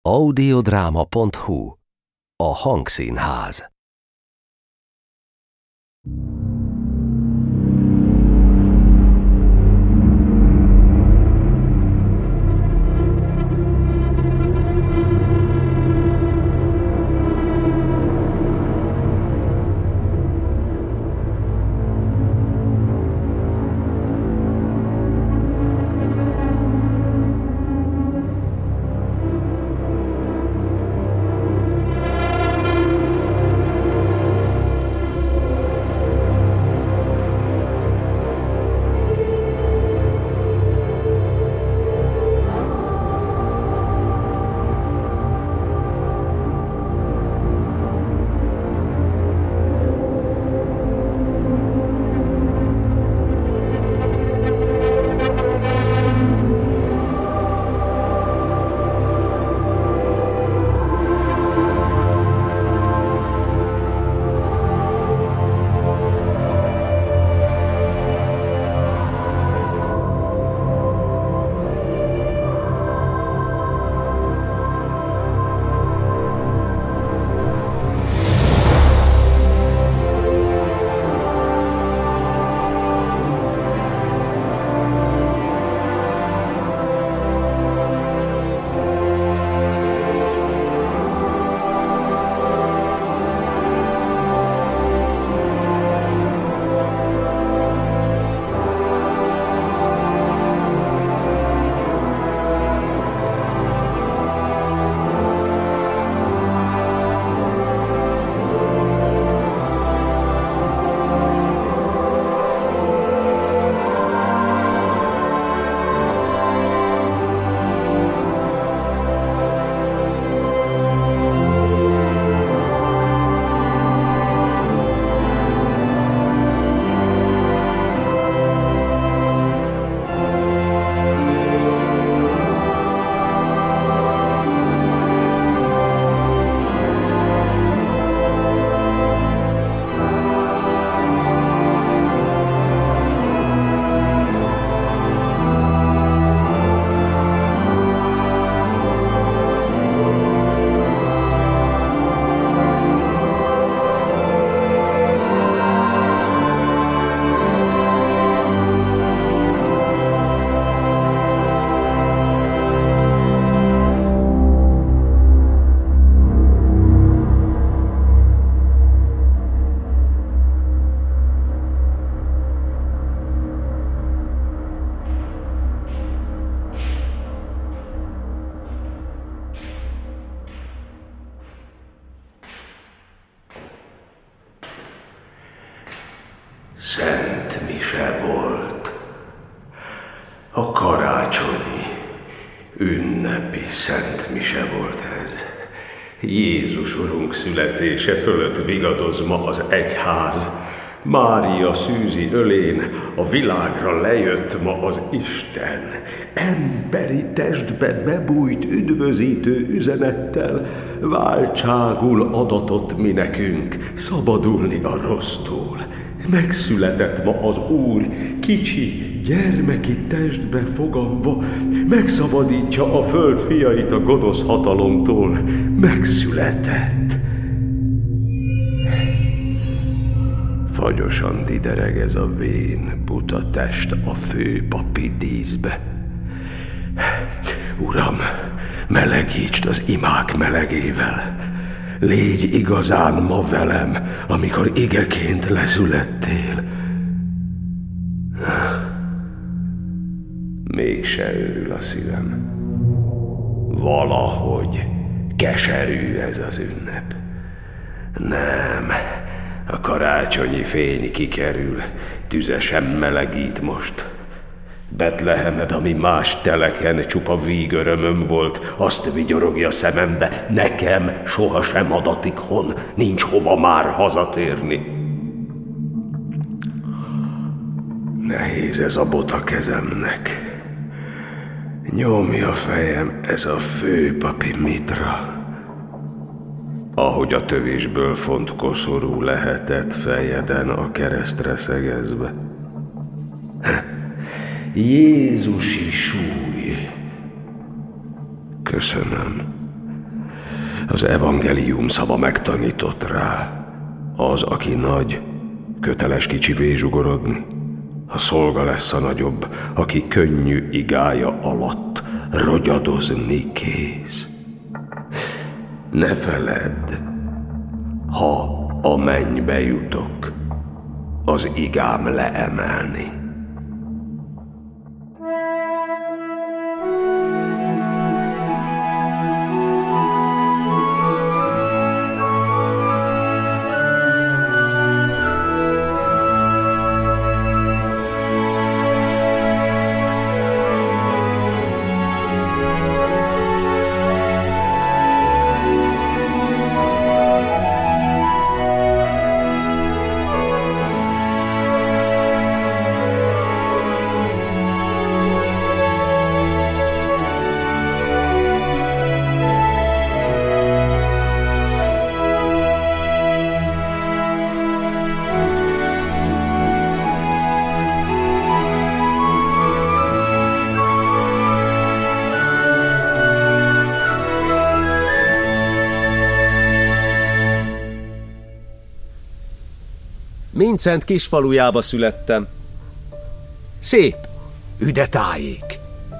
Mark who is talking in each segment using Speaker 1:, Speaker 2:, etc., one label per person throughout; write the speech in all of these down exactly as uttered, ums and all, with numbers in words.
Speaker 1: audiodráma pont hu. A hangszínház.
Speaker 2: Szent mise volt. A karácsonyi, ünnepi szent mise volt ez. Jézus Urunk születése fölött vigadoz ma az egyház. Mária szűzi ölén, a világra lejött ma az Isten. Emberi testbe bebújt üdvözítő üzenettel, váltságul adatott mi nekünk szabadulni a rossztól. Megszületett ma az Úr, kicsi, gyermeki testbe foganva, megszabadítja a föld fiait a gonosz hatalomtól. Megszületett. Fagyosan didereg ez a vén, buta test a főpapi díszbe. Uram, melegítsd az imák melegével. Légy igazán ma velem, amikor igeként leszülettél. Mégse őrül a szívem. Valahogy keserű ez az ünnep. Nem, a karácsonyi fény kikerül, tüzesen melegít most. Betlehemed, ami más teleken csupa vígörömöm volt, azt vigyorogja szemembe, nekem sohasem adatik hon, nincs hova már hazatérni. Nehéz ez a bot a kezemnek. Nyomja fejem ez a főpapi mitra. Ahogy a tövésből font koszorú lehetett fejeden a keresztre szegezve. Jézusi súly. Köszönöm. Az evangélium szava megtanított rá. Az, aki nagy, köteles kicsivé zsugorodni. A szolga lesz a nagyobb, aki könnyű igája alatt rogyadozni kész. Ne feledd, ha a mennybe jutok, az igám leemelni.
Speaker 3: Mincent kisfalujába születtem. Szép, üde tájék.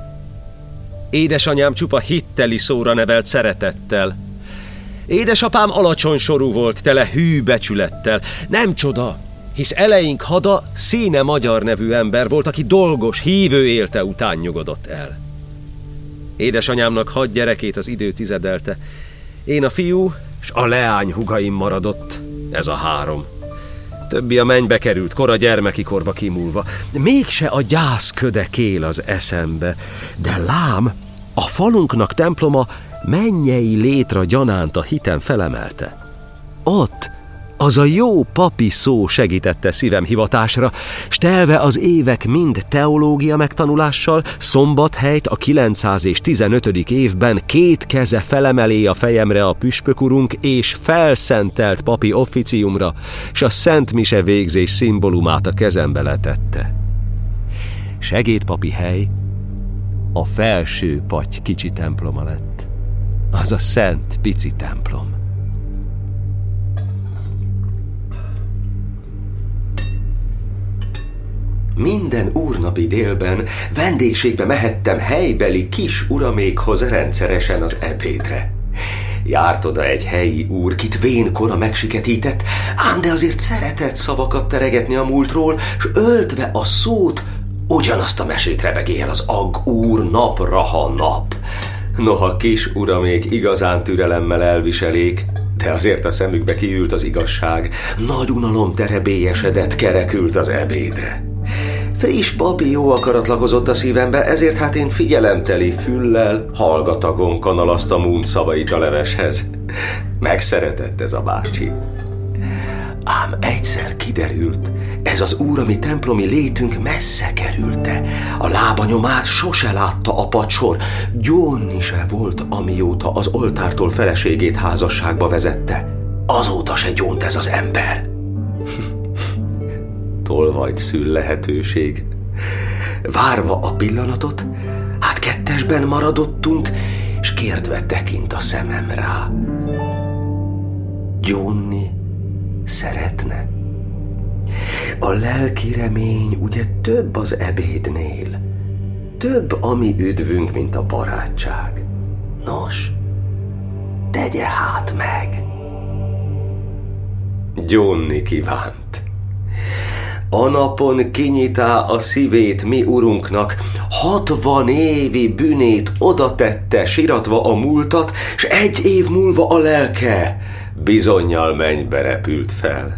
Speaker 3: Édesanyám csupa hitteli szóra nevelt szeretettel. Édesapám alacsony sorú volt, tele hű becsülettel. Nem csoda, hisz eleink hada Színe Magyar nevű ember volt, aki dolgos, hívő élte után nyugodott el. Édesanyámnak hat gyerekét az idő tizedelte. Én a fiú, s a leány hugaim maradott, ez a három. Többi a mennybe került, kora gyermeki korba kimúlva. Mégse a gyász köde kél az eszembe, de lám, a falunknak temploma mennyei létra gyanánt a hitem felemelte. Ott az a jó papi szó segítette szívem hivatásra, s telve az évek mind teológia megtanulással, Szombathelyt a kilencszáztizenötödik évben két keze felemelé a fejemre a püspökurunk, és felszentelt papi officiumra, s a Szent Mise végzés szimbólumát a kezembe letette. Segédpapi hely a felső patty kicsi temploma lett, az a szent pici templom.
Speaker 4: Minden úrnapi délben vendégségbe mehettem helybeli kis uramékhoz rendszeresen az ebédre. Járt oda egy helyi úr, kit vénkora megsiketített, ám de azért szeretett szavakat teregetni a múltról, s öltve a szót, ugyanazt a mesét rebegél az ag úr napra, ha nap. Noha kis uramék igazán türelemmel elviselék, de azért a szemükbe kiült az igazság, nagy unalom terebélyesedett, kerekült az ebédre. Friss papi jó akarat lakozott a szívembe, ezért hát én figyelemteli füllel, hallgatagon kanalaztam ún szavait a leveshez. Megszeretett ez a bácsi. Ám egyszer kiderült, ez az úrami templomi létünk messze kerülte. A lábanyomát sose látta a pacsor, gyónni se volt, amióta az oltártól feleségét házasságba vezette. Azóta se gyónt ez az ember. Tolvajt szül lehetőség. Várva a pillanatot, hát kettesben maradottunk, s kérdve tekint a szemem rá. Gyónni szeretne? A lelki remény ugye több az ebédnél, több a mi üdvünk, mint a barátság. Nos, tegye hát meg. Gyónni kívánt. A napon kinyitá a szívét mi urunknak, hatvan évi bűnét oda tette, siratva a múltat, s egy év múlva a lelke bizonnyal mennybe repült fel.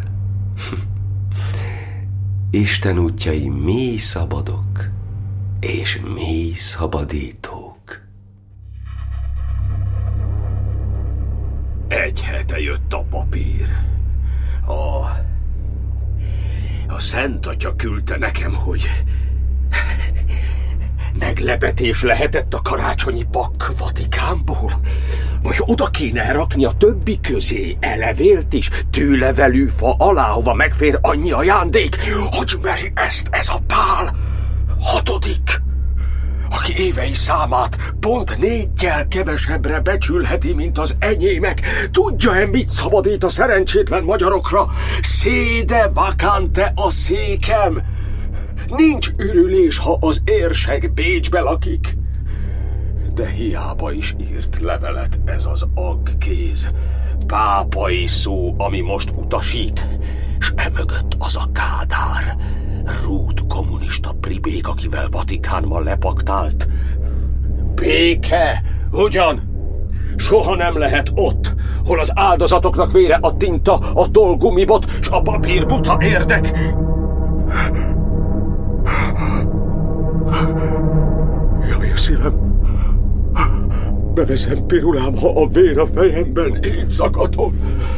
Speaker 4: Isten útjai mi szabadok, és mi szabadítók.
Speaker 2: Egy hete jött a papír. A... A Szent Atya küldte nekem, hogy meglepetés lehetett a karácsonyi pak Vatikánból, vagy oda kéne rakni a többi közé elevélt is, tűlevelű fa alá, hova megfér annyi ajándék, hogy meri ezt ez a Pál hatodik, aki aki évei számát pont négyel kevesebbre becsülheti, mint az enyémek, tudja-e, mit szabadít a szerencsétlen magyarokra? Sede vacante a székem! Nincs ürülés, ha az érsek Bécsbe lakik. De hiába is írt levelet ez az aggkéz. Pápai szó, ami most utasít, s emögött az a Kádár, rút kommunista pribék, akivel Vatikánban lepaktált. Béke! Hogyan? Soha nem lehet ott, hol az áldozatoknak vére a tinta, a tollgumibot s a papír buta érdek. Jaj, a szívem! Beveszem pirulám, ha a vér a fejemben így zakatol.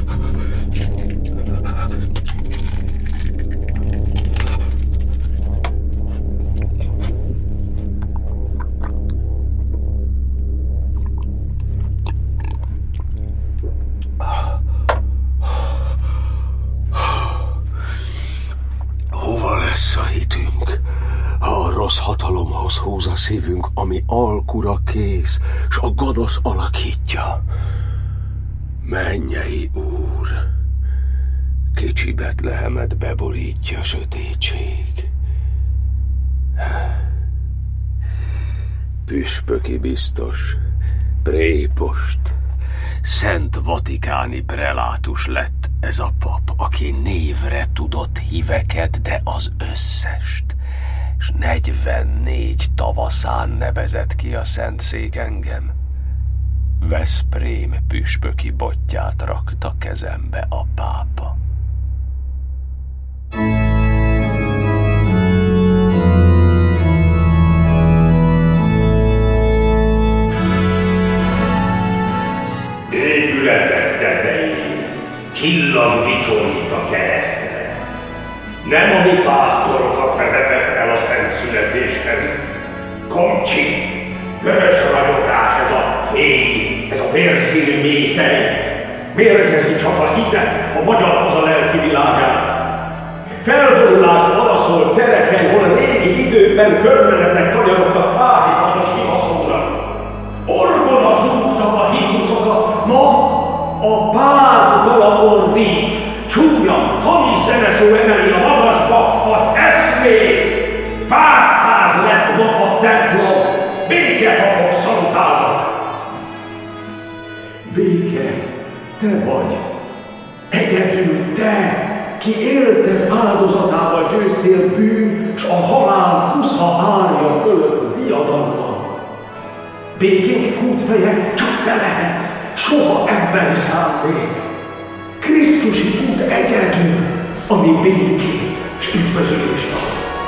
Speaker 2: Hova lesz a hitünk, ha a rossz hatalomhoz húz a szívünk, ami alkura kész, s a gonosz alakítja? Mennyei Úr, kicsi Betlehemet beborítja sötétség. Püspöki biztos, prépost, szent vatikáni prelátus lett ez a pap, aki névre tudott híveket, de az összest, s negyvennégy tavaszán nevezett ki a Szentszék engem. Veszprém püspöki botját rakta kezembe a pápa.
Speaker 5: Épületek tetején csillag vicsorít a keresztre. Nem a mi pásztorokat vezetett el a szent születéshez. Komcsi, vörös ragyogás, ez a fény, ez a vérszínű métej. Mérgezi csak a hitet, a magyar haza lelki világát. Felvonulás araszol tereken, hol régi időkben körmenetek kanyarogtak áhítatos imaszóra. Orgona zúgta a himnuszokat, ma a párdola ordít. Csúnya, hamis zeneszó emeli a magasba az eszmét. Pártház lett ma a templom, békepapok szalutálnak. Béke, te vagy, egyedül te, ki élted áldozatával győztél bűn, s a halál kusza árja fölött diadalmal. Békénk kútfeje csak te lehetsz, soha emberi szándék. Krisztusi út egyedül, ami békét s üdvözülést ad.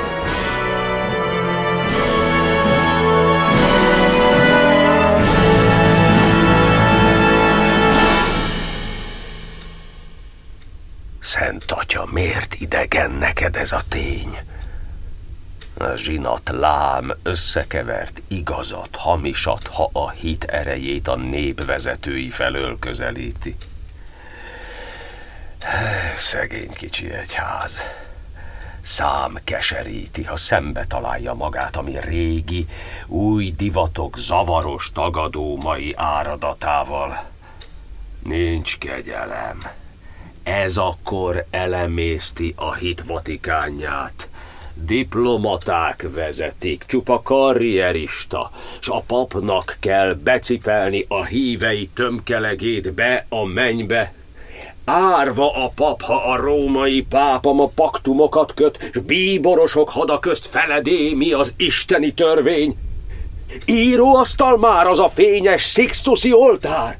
Speaker 2: Szent Atya, miért idegen neked ez a tény? A zsinat lám összekevert igazat, hamisat, ha a hit erejét a népvezetői felől közelíti. Szegény kicsi egyház. Szám keseríti, ha szembe találja magát, ami régi, új divatok zavaros, tagadó mai áradatával. Nincs kegyelem. Ez akkor elemészti a hit Vatikánját. Diplomaták vezetik, csupa karrierista, s a papnak kell becipelni a hívei tömkelegét be a mennybe. Árva a pap, ha a római pápa ma paktumokat köt, s bíborosok hada közt feledé, mi az isteni törvény. Íróasztal már az a fényes Sixtusi oltár.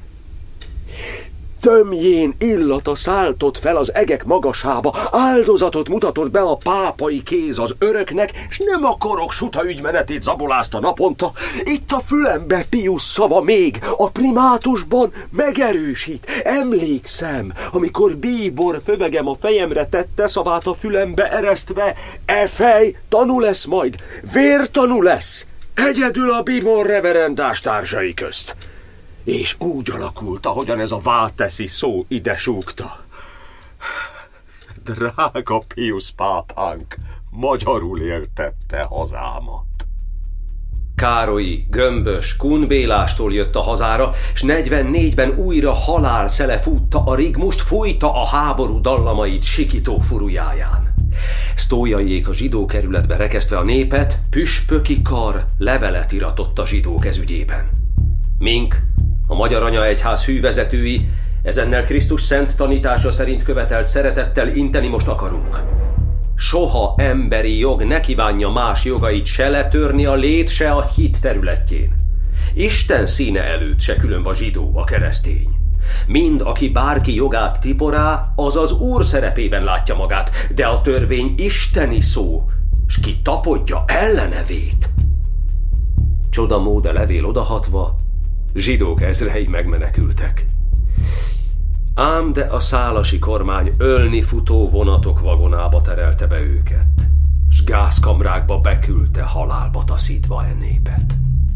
Speaker 2: Tömjén illata szálltott fel az egek magasába, áldozatot mutatott be a pápai kéz az öröknek, s nem akarok suta ügymenetét zabolázta naponta. Itt a fülembe Pius szava még, a primátusban megerősít. Emlékszem, amikor bíbor fövegem a fejemre tette szavát a fülembe eresztve, e fej tanú lesz majd, vértanú lesz, egyedül a bíbor reverendás társai közt. És úgy alakult, ahogyan ez a váteszi szó ide súgta. Drága Pius pápánk, magyarul éltette hazámat.
Speaker 4: Károlyi, Gömbös, Kun Bélástól jött a hazára, s negyvennégyben újra halál szele fútta a rigmust, fújta a háború dallamait sikító furujáján. Sztójaiék a zsidó kerületbe rekesztve a népet, püspöki kar levelet iratott a zsidók ezügyében. Mink, a Magyar Anyaegyház hűvezetői, ezennel Krisztus szent tanítása szerint követelt szeretettel inteni most akarunk. Soha emberi jog ne kívánja más jogait se letörni a lét, se a hit területjén. Isten színe előtt se különb a zsidó, a keresztény. Mind, aki bárki jogát tiporá, az az Úr szerepében látja magát, de a törvény isteni szó, s ki tapodja ellenevét. Csodamóde levél odahatva, zsidók ezrei megmenekültek. Ám de a szálasi kormány ölni futó vonatok vagonába terelte be őket, s gázkamrákba beküldte halálba taszítva e népet.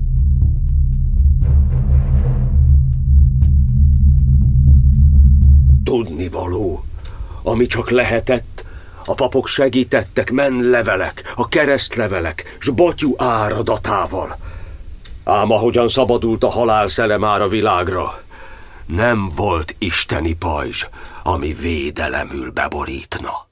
Speaker 4: Tudnivaló, ami csak lehetett, a papok segítettek menlevelek, a keresztlevelek, s batyú áradatával. Ám ahogyan szabadult a halál szele már a világra, nem volt isteni pajzs, ami védelemül beborítna.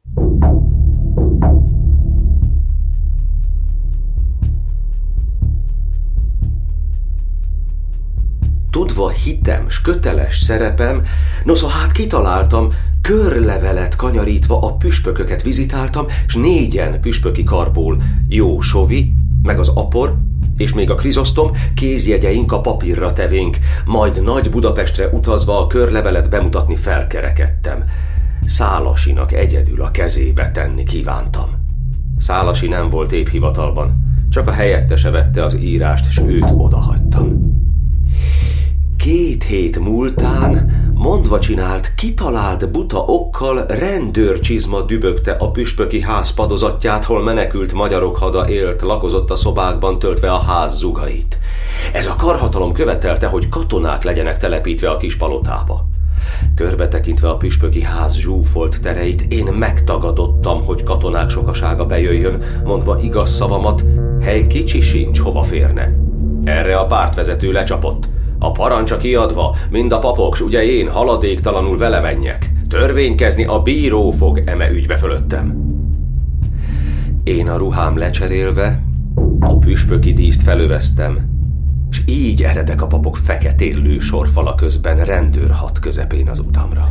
Speaker 4: Tudva hitem s köteles szerepem, nosza hát kitaláltam, körlevelet kanyarítva a püspököket vizitáltam, s négyen püspöki karból Jó Sovi, meg az Apor, és még a Krizosztom kézjegyeink a papírra tevénk, majd Nagy Budapestre utazva a körlevelet bemutatni felkerekedtem. Szálasinak egyedül a kezébe tenni kívántam. Szálasi nem volt épp hivatalban, csak a helyettese vette az írást, s őt odahagytam. Két hét múltán mondva csinált, kitalált buta okkal rendőrcsizma dübögte a püspöki ház padozatját, hol menekült magyarok hada élt, lakozott a szobákban töltve a ház zugait. Ez a karhatalom követelte, hogy katonák legyenek telepítve a kis palotába. Körbetekintve a püspöki ház zsúfolt tereit, én megtagadottam, hogy katonák sokasága bejöjjön, mondva igaz szavamat, hely kicsi sincs, hova férne. Erre a pártvezető lecsapott. A parancsa kiadva, mind a papok, s ugye én haladéktalanul vele menjek. Törvénykezni a bíró fog eme ügybe fölöttem. Én a ruhám lecserélve, a püspöki díszt felöveztem, s így eredek a papok feketélő sorfala közben rendőrhat közepén az utamra.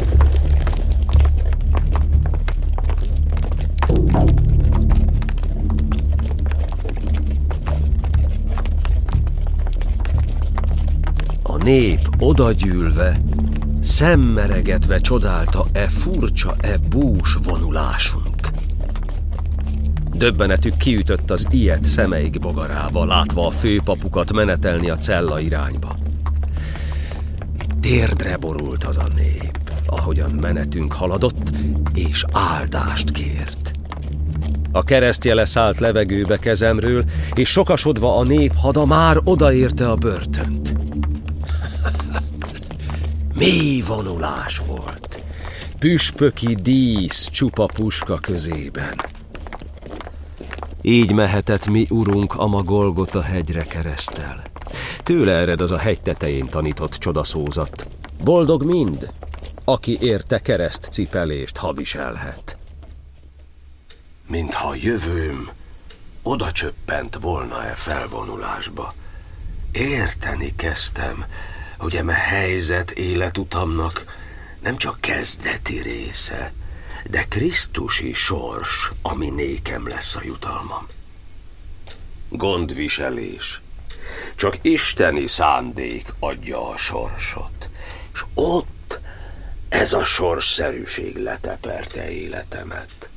Speaker 3: A nép odagyűlve, szemmeregetve csodálta e furcsa, e bús vonulásunk. Döbbenetük kiütött az ilyet szemeik bogarába, látva a főpapukat menetelni a cella irányba. Térdre borult az a nép, ahogyan menetünk haladott, és áldást kért. A keresztjele szállt levegőbe kezemről, és sokasodva a nép hada már odaérte a börtönt. Mély vonulás volt, püspöki dísz csupa puska közében. Így mehetett mi urunk ama Golgota hegyre kereszttel. Tőle ered az a hegy tetején tanított csodaszózat. Boldog mind, aki érte kereszt cipelést, ha viselhet.
Speaker 2: Mintha a jövőm oda csöppent volna-e felvonulásba. Érteni kezdtem, hogy eme helyzet életutamnak nem csak kezdeti része, de krisztusi sors, ami nékem lesz a jutalmam. Gondviselés. Csak isteni szándék adja a sorsot, és ott ez a sorsszerűség leteperte életemet.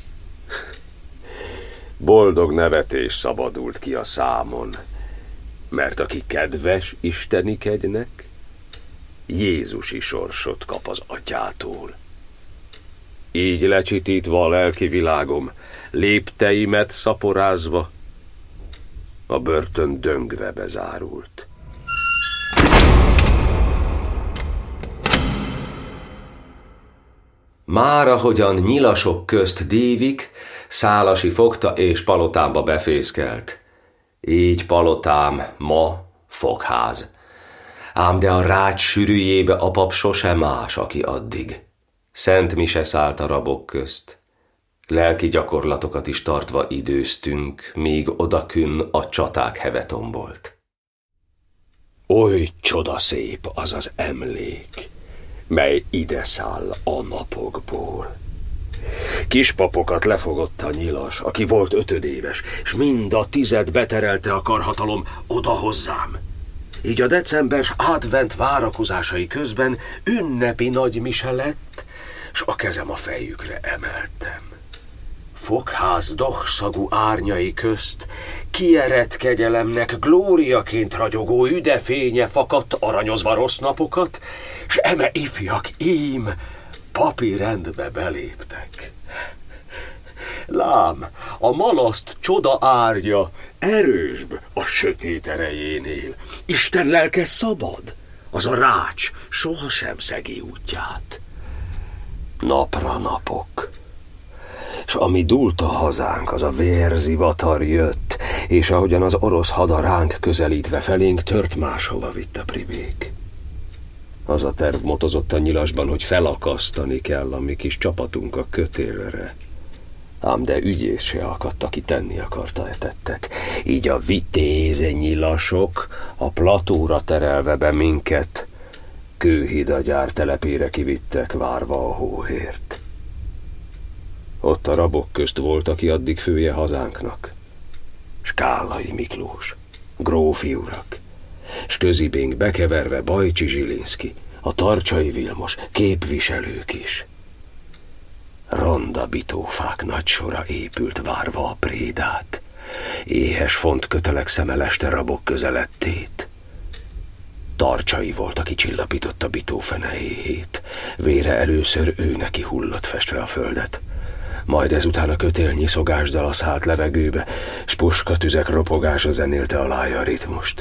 Speaker 2: Boldog nevetés szabadult ki a számon, mert aki kedves isteni kegynek, jézusi sorsot kap az atyától. Így lecsitítva a lelki világom, lépteimet szaporázva, a börtön döngve bezárult.
Speaker 4: Már ahogyan nyilasok közt dívik, Szálasi fogta és palotába befészkelt. Így palotám, ma fogház. Ám de a rács sűrűjébe a pap sose más, aki addig. Szent mise szállt a rabok közt. Lelki gyakorlatokat is tartva időztünk, míg odakünn a csaták heve tombolt.
Speaker 2: Oly csodaszép az az emlék, mely ide száll a napokból. Kispapokat lefogott a nyilas, aki volt ötödéves, s mind a tized beterelte a karhatalom oda hozzám. Így a decembers advent várakozásai közben ünnepi nagymise lett, s a kezem a fejükre emeltem. Fogház dohszagú árnyai közt kierett kegyelemnek glóriaként ragyogó üdefénye fakadt aranyozva rossz napokat, s eme ifjak ím papi rendbe beléptek. Lám, a malaszt csoda árnya erősbb a sötét erejénél. Isten lelke szabad, az a rács sohasem szegi útját. Napra napok, s ami dúlt a hazánk, az a vérzivatar jött, és ahogyan az orosz hada ránk közelítve felénk tört, máshova vitt a pribék. Az a terv motozott a nyilasban, hogy felakasztani kell a mi kis csapatunk a kötélre. Ám de ügyész se akadt, aki tenni akarta e tettet. Így a vitéze nyilasok a platóra terelve be minket Kőhida gyár telepére kivittek, várva a hóhért. Ott a rabok közt volt, aki addig fője hazánknak. Skállai Miklós, grófi urak, s közibénk bekeverve Bajcsi Zsilinszky, a Tarcsai Vilmos, képviselők is. Ronda bitófák nagy sora épült, várva a prédát. Éhes fontkötelek szemeleste rabok közelettét. Tarcsai volt, aki csillapította bitófene éhét. Vére először ő neki hullott festve a földet. Majd ezután a kötél nyiszogásdal a szállt levegőbe, s puskatüzek ropogása zenélte alája a ritmust.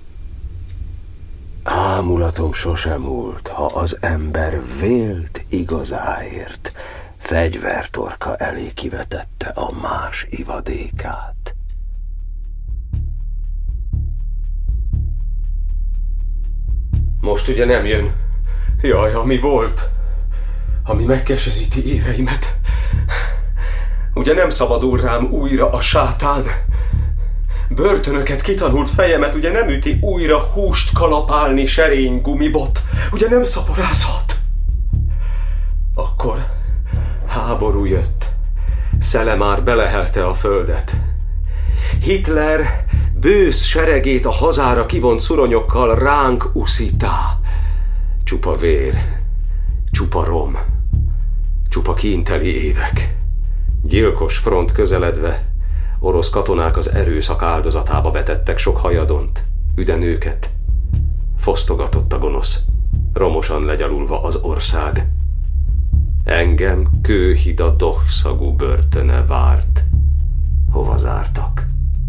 Speaker 2: Ámulatom sosem múlt, ha az ember vélt igazáért fegyvertorka elé kivetette a más ivadékát.
Speaker 4: Most ugye nem jön? Jaj, ami volt, ami megkeseríti éveimet. Ugye nem szabadul rám újra a sátán? Börtönöket kitanult fejemet ugye nem üti újra húst kalapálni serény gumibot? Ugye nem szaporázhat? Akkor háború jött. Szele már belehelte a földet. Hitler bősz seregét a hazára kivont szuronyokkal ránk uszítá. Csupa vér, csupa rom, csupa kínteli évek. Gyilkos front közeledve, orosz katonák az erőszak áldozatába vetettek sok hajadont, üdenőket. Fosztogatott a gonosz, romosan legyalulva az ország. Engem Kőhida dohszagú börtöne várt. Hova zártak?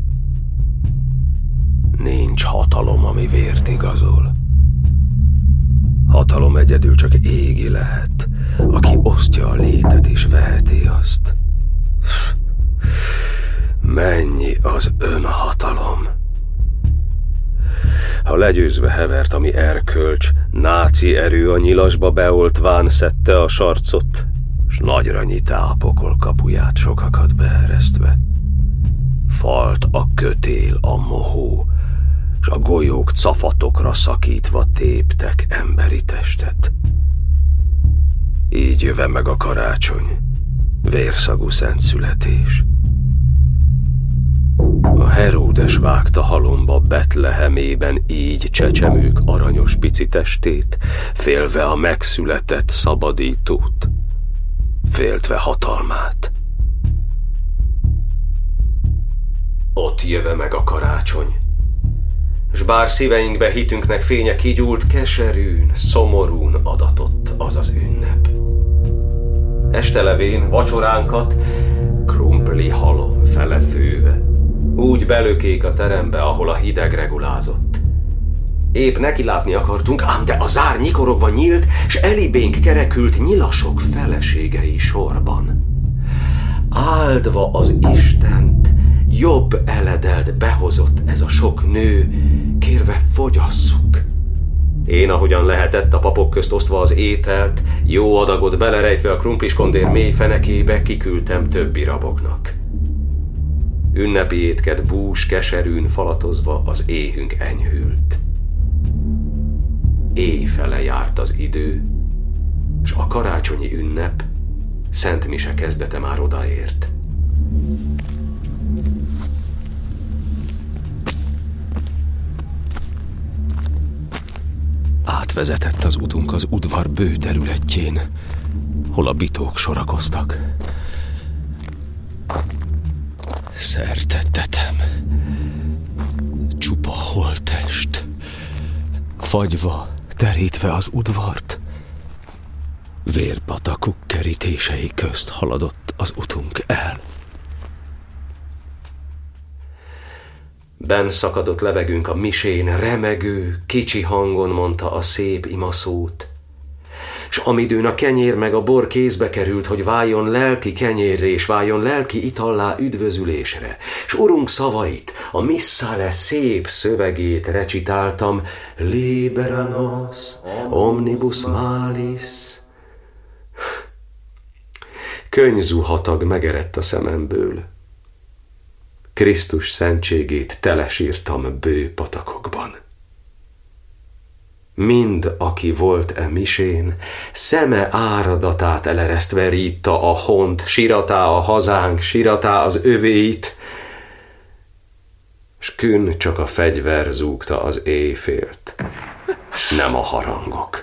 Speaker 4: Nincs hatalom, ami vért igazol. Hatalom egyedül csak égi lehet, aki osztja a létet és veheti azt. Mennyi az önhatalom! Ha legyőzve hevert, ami erkölcs, náci erő a nyilasba beoltván szedte a sarcot, s nagyra nyitá a pokol kapuját sokakat beeresztve. Falt a kötél, a mohó, s a golyók cafatokra szakítva téptek emberi testet. Így jöve meg a karácsony, vérszagú szentszületés. A Heródes vágta halomba Betlehemében így csecsemők aranyos pici testét, félve a megszületett szabadítót, féltve hatalmát. Ott jöve meg a karácsony, s bár szíveinkbe hitünknek fénye kigyúlt, keserűn, szomorún adatott az az ünnep. Estelevén vacsoránkat krumpli halom fele főve, úgy belökék a terembe, ahol a hideg regulázott. Épp neki látni akartunk, ám de a zár nyikorogva nyílt, s elibénk kerekült nyilasok feleségei sorban. Áldva az Istent, jobb eledelt behozott ez a sok nő, kérve fogyasszuk. Én, ahogyan lehetett, a papok közt osztva az ételt, jó adagot belerejtve a krumpliskondér mély fenekébe, kiküldtem többi raboknak. Ünnepi étket bús keserűn falatozva az éhünk enyhült. Éjfele járt az idő, s a karácsonyi ünnep szent mise kezdete már odaért.
Speaker 3: Átvezetett az utunk az udvar bő területjén, hol a bitók sorakoztak. Szertettetem, csupa holttest, fagyva terítve az udvart, vérpatakuk kerítései közt haladott az utunk el.
Speaker 4: Benn szakadott levegőnk a misén, remegő, kicsi hangon mondta a szép imaszót, s amidőn a kenyér meg a bor kézbe került, hogy váljon lelki kenyérré, és váljon lelki itallá üdvözülésre, s urunk szavait, a missale szép szövegét recitáltam, libera nos, omnibus malis. Könnyzuhatag megerett a szememből. Krisztus szentségét telesírtam bő patakokban. Mind, aki volt e misén, szeme áradatát eleresztve rítta a hont, siratá a hazánk, siratá az övéit, s kün csak a fegyver zúgta az éjfélt, nem a harangok.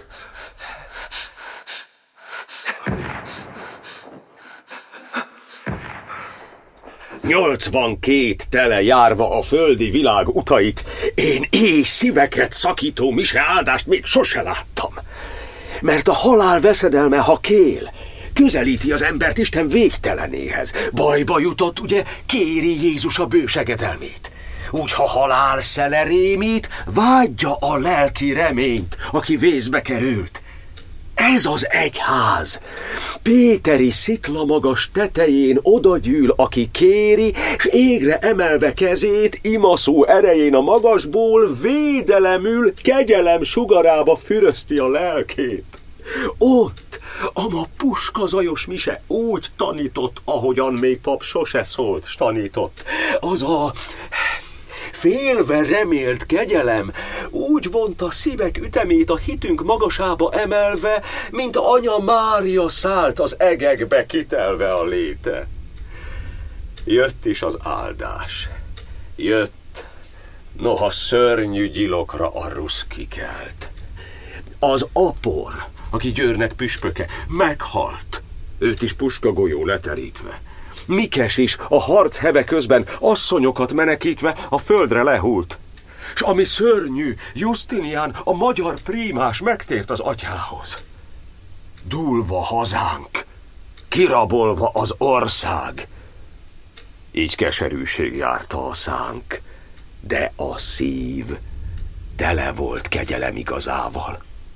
Speaker 5: Nyolcvankét tele járva a földi világ utait, én éj szíveket szakító mise áldást még sose láttam. Mert a halál veszedelme, ha kél, közelíti az embert Isten végtelenéhez. Bajba jutott, ugye, kéri Jézus a bősegedelmét. Úgy, ha halál szele rémít, vágyja a lelki reményt, aki vészbe került. Ez az egyház. Péteri szikla magas tetején odagyűl, aki kéri, s égre emelve kezét, imaszó erején a magasból védelemül, kegyelem sugarába fürözti a lelkét. Ott, ama puskazajos mise úgy tanított, ahogyan még pap sose szólt, s tanított. Az a... félve remélt kegyelem úgy vonta szívek ütemét a hitünk magasába emelve, mint anya Mária szállt az egekbe kitelve a léte. Jött is az áldás. Jött, noha szörnyű gyilokra a rusz kikelt. Az apor, aki Győrnek püspöke, meghalt, őt is puskagolyó leterítve. Mikes is a harc heve közben asszonyokat menekítve a földre lehult. S ami szörnyű, Justinián, a magyar prímás megtért az atyához. Dúlva hazánk, kirabolva az ország. Így keserűség járta a szánk, de a szív tele volt kegyelem igazával.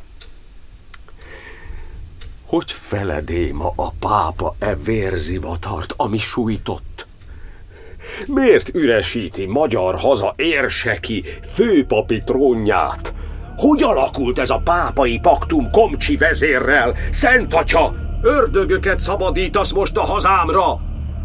Speaker 5: Hogy feledéma a pápa e vérzivatart, ami sújtott? Miért üresíti magyar haza érseki, főpapi trónját? Hogy alakult ez a pápai paktum Komcsi vezérrel? Szent Atya, ördögöket szabadítasz most a hazámra!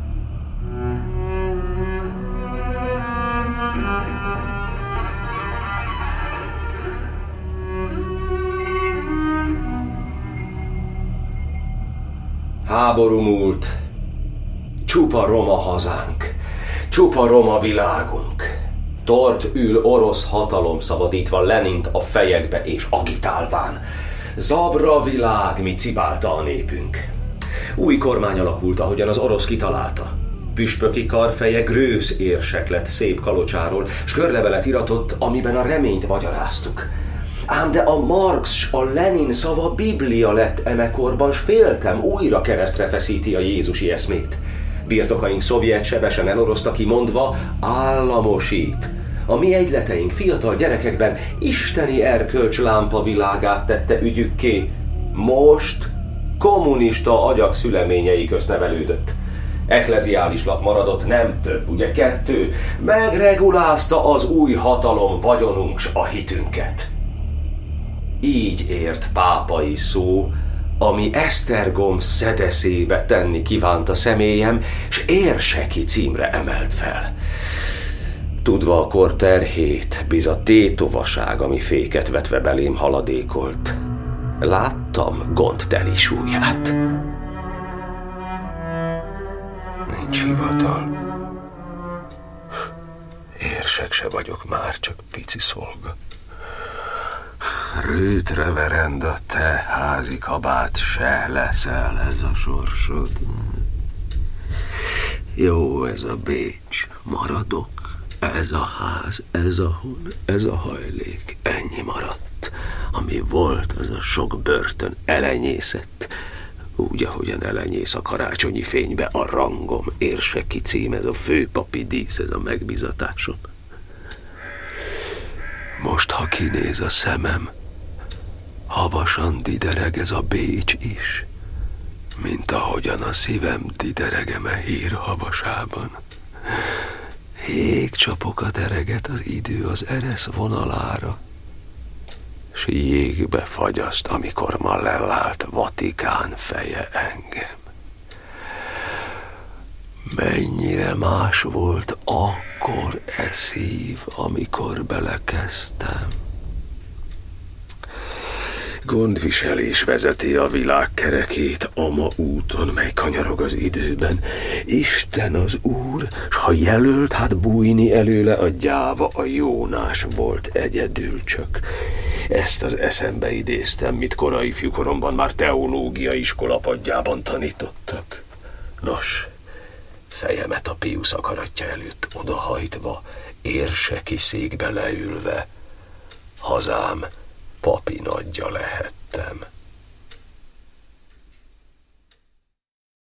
Speaker 4: Háború múlt, csupa roma hazánk, csupa roma világunk. Tort ül orosz hatalom szabadítva Lenint a fejekbe és agitálván. Zabra világ, mi cibálta a népünk. Új kormány alakult, ahogyan az orosz kitalálta. Püspöki karfeje grősz érsek lett szép kalocsáról, s körlevelet iratott, amiben a reményt magyaráztuk. Ám de a Marx s a Lenin szava Biblia lett emekorban, s féltem, újra keresztre feszíti a jézusi eszmét. Birtokaink szovjet sebesen elorozta ki, mondva államosít. A mi egyleteink fiatal gyerekekben isteni erkölcs lámpa világát tette ügyükké. Most kommunista agyak szüleményei közt nevelődött. Ekleziális lap maradott, nem több, ugye kettő. Megregulázta az új hatalom vagyonunk s a hitünket. Így ért pápai szó, ami Esztergom szedeszébe tenni kívánta személyem, s érseki címre emelt fel. Tudva a kor terhét, biz a tétovaság, ami féket vetve belém haladékolt, láttam gondteli súlyát.
Speaker 2: Nincs hivatal. Érsek se vagyok már, csak pici szolga. Rőt reverenda, te házi kabát, se leszel ez a sorsod. Jó ez a Bécs, maradok. Ez a ház, ez a hon, ez a hajlék, ennyi maradt. Ami volt, az a sok börtön elenyészett. Úgy, ahogyan elenyész a karácsonyi fénybe a rangom, érseki cím, ez a főpapi dísz, ez a megbizatásom. Most, ha kinéz a szemem, havasan didereg ez a Bécs is, mint ahogyan a szívem dideregem a hír havasában. Jégcsapokat ereget az idő az eresz vonalára, s jégbe fagyaszt, amikor ma lelált Vatikán feje engem. Mennyire más volt akkor e szív, amikor belekezdtem. Gondviselés vezeti a világ kerekét ama úton, mely kanyarog az időben. Isten az Úr, s ha jelölt, hát bújni előle a gyáva, a Jónás volt egyedül csak. Ezt az eszembe idéztem, mit korai ifjúkoromban már teológia iskolapadjában tanítottak. Nos, fejemet a Piusz akaratja előtt odahajtva, érseki székbe leülve, hazám papi nagyja lehettem.